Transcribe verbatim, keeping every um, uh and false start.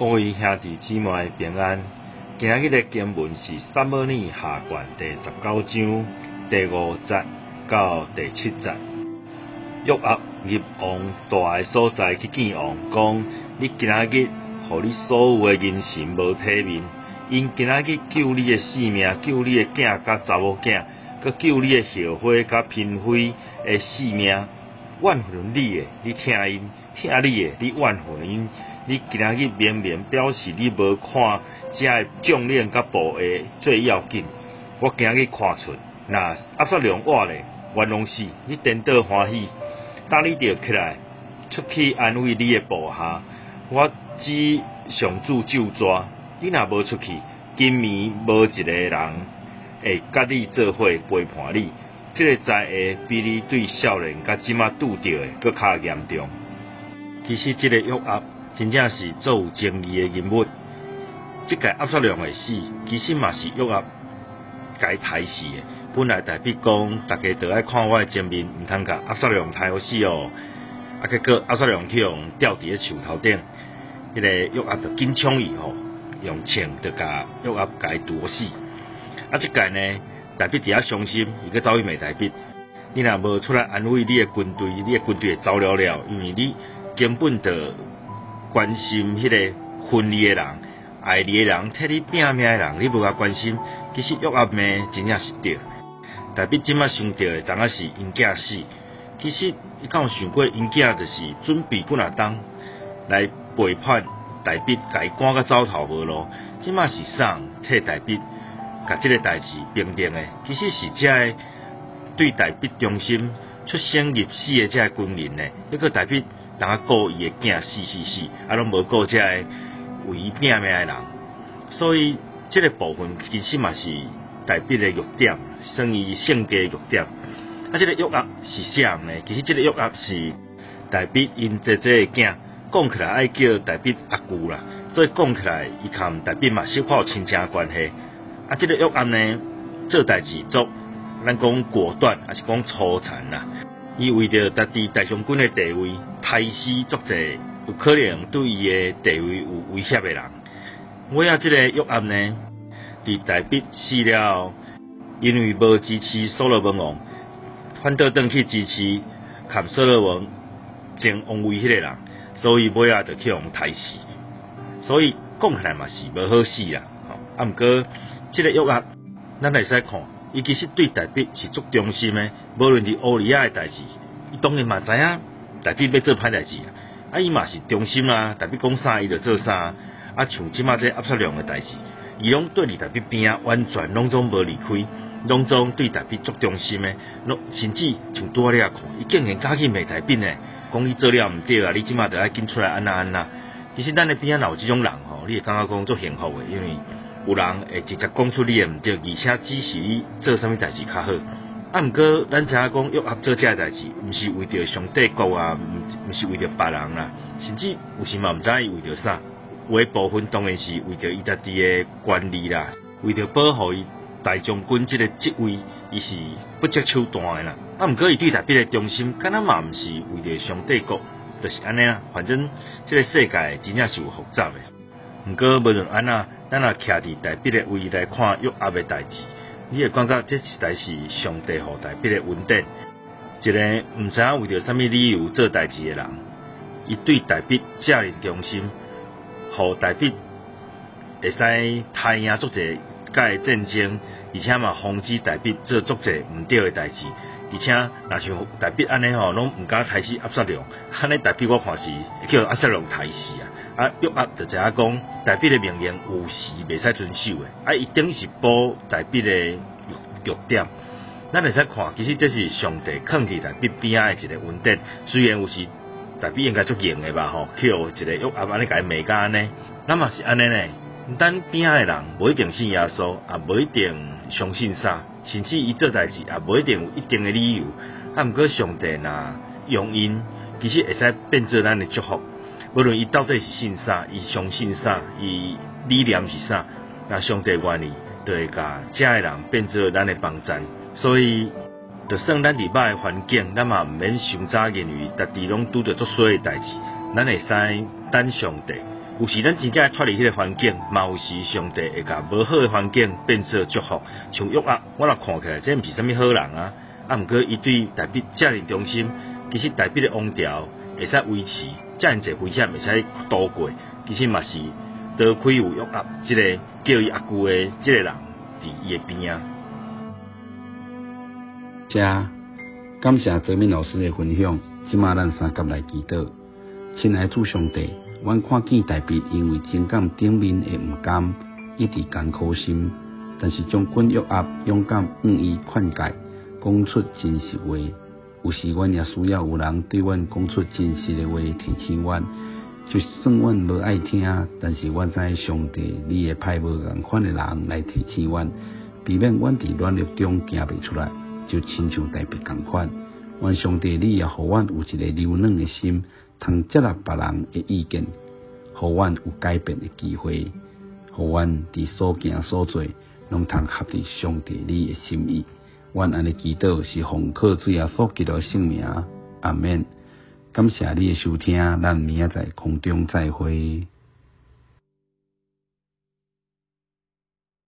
各位兄弟姊妹平安。今日的经文是撒母耳下卷第十九章第五节到第七节。约押入王大的所在去见王，讲：你今仔日，互你所有的人臣无体面，因今仔日救你的性命，救你的囝甲查某囝，佮救你的后妃甲嫔妃的性命。怨恨你的，你听因；听你的，你怨恨因。你今仔日明明表示你无看这的将领甲部下最要紧。我今仔日看出，若押撒龙活咧，冤枉死，你颠倒欢喜。当你着起来，出去安慰你的部下。我指上主咒抓，你若无出去，今暝无一个人会甲你做伙陪伴你。这个灾厄比你对少年甲即马拄着的搁较严重。其实这个约押真正是做有正义的人物。这届押撒龙会死，其实嘛是约押该刣死的。本来代表讲，大家都爱看我的前面，毋通甲押撒龙刣好死哦。啊，结果押撒龙去用吊伫咧树头顶，迄、那个约押就紧抢伊吼，用枪就甲约押甲伊夺死。啊，这届呢？大必伫遐伤心，伊个走去骂大必。你若无出来安慰你的军队，你的军队会走了了，因为你根本就关心迄个分你的人、爱你的人、替你拼命的人，你无甲关心。其实约押骂真正是对。大必即马想到的，当然是因囝死。其实伊敢有想过，因囝就是准备几若当来背叛大必，甲伊赶到走投无路。即马是啥替大必？甲这个代志平定的，其实是这个对大必忠心、出生入死的这个军人呢。那个大必人啊顾伊的囝死死死，啊拢无顾这个为伊拼命的人。所以这个部分其实嘛是大必的弱点，算伊性格的弱点。啊，这个约押是啥人呢？其实这个约押是大必因姐姐的囝，讲起来爱叫大必阿舅啦，所以讲起来伊甲大必嘛小可有亲情关系。啊，这个约押呢，做代志做，咱讲果断，还是讲粗残啦？伊为着家己大将军的地位，刣死足侪有可能对伊的地位有威胁的人。我啊，这个约押呢，伫大必死了，因为无支持所罗门王，反倒转去支持甲所罗门争王位迄个人，所以尾啊就去互刣死。所以讲起来嘛是无好死啦，吼！啊，毋过。这个约押，咱会使看，伊其实对大必是足忠心的。无论是乌利亚的代志，伊当然嘛知影大必要做歹代志啊。啊，伊嘛是忠心啦，大必讲啥伊就做啥。啊，像即马这押撒龙的代志，伊拢对伫大必边啊，完全拢总无离开，拢总对大必足忠心的。甚至像拄仔你啊看，伊竟然敢去骂大必呢，讲伊做了毋对啊，你即马就爱紧出来安那安那。其实咱的边啊，若有即种人吼，你会感觉讲足幸福的，因为。有人会直接讲出你的毋对，而且指示你做啥物代志较好。啊，毋过咱知影讲约押做这个代志，毋是为着上帝国啊，毋毋是为着别人啦，甚至有时嘛毋知伊为着啥。有的部分当然是为着伊家己的权利啦，为着保护伊大将军这个职位，伊是不折手段的啦。啊，毋过伊对大必的忠心，敢若嘛毋是为着上帝国，就是安尼啊。反正这个世界真正是有复杂的。毋过无论安怎，咱若徛伫大必的位来看约押的代志，你会感觉这实在是上帝互大必的恩典。一个毋知影为着啥物理由做代志的人，伊对大必遮尔忠心，互大必会使刣赢足侪甲战争，而且嘛防止大必做足侪毋对的代志。而且若像大必安尼吼，拢毋敢刣死押撒龙，安尼大必我看是会叫押撒龙刣死啊！啊，约押就知影讲，大必的命令有时袂使遵守的，啊，伊等于是补大必的弱点。咱会使看，其实这是上帝放伫大必边仔的一个恩典。虽然有时大必应该足硬的吧吼，去互一个约押安尼甲伊骂甲安尼，咱嘛是安尼呢。咱边仔的人无一定信耶稣，也无一定相信啥，甚至伊做代志也无一定有一定的理由。啊，毋过上帝若用因，其实会使变做咱的祝福。无论伊到底是信啥，伊相信啥，伊理念是啥，那上帝愿意，就会甲遮个人变做咱的帮衬。所以，就算咱伫歹的环境，咱嘛毋免伤早认为家己拢拄着足衰的代志，咱会使等上帝。 有时咱真正脱离迄个环境，嘛有时上帝会甲无好的环境变做祝福。像约押，我若看起来这毋是啥物好人啊，啊，毋过伊对大卫遮尔忠心，其实大卫的王朝会使维持，遮尔侪危险会使度过，其实嘛是多亏有约押即个叫伊阿舅的即个人伫伊的边啊。 遮感谢泽明老师的分享，即马咱三甲来祈祷。亲爱主上帝，阮看见大卫因为情感顶面的毋甘，一直艰苦心，但是将军约押勇敢向伊劝诫，讲出真实话。有时阮也需要有人对阮讲出真实的话，提醒阮。就算阮无爱听，但是阮知上帝你会派无共款的人来提醒阮，避免阮伫软弱中行袂出来，就亲像大卫共款。愿上帝你也互阮有一个柔软的心，通接纳别人的意见，互阮有改变的机会，互阮伫所行所做，拢通合伫上帝你的心意。阮安尼祈祷是奉靠主耶稣基督的圣名，阿免。感谢你的收听，咱明仔载空中再会。